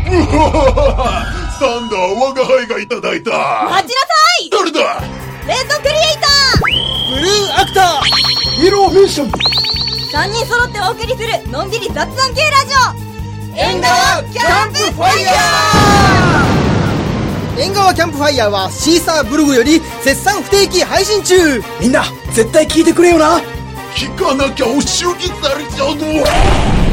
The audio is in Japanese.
サンダー我が輩がいただいた。 待ちなさい。 誰だ。 レッドクリエイタブルーアクター、イエローミッション。 ー。3人揃ってお送りするのんびり雑談系ラジオ、縁側キャンプファイヤー。縁側キャンプファイヤーはシーサーブログより絶賛不定期配信中。みんな絶対聞いてくれよな。 聞かなきゃお仕置きされちゃうぞ。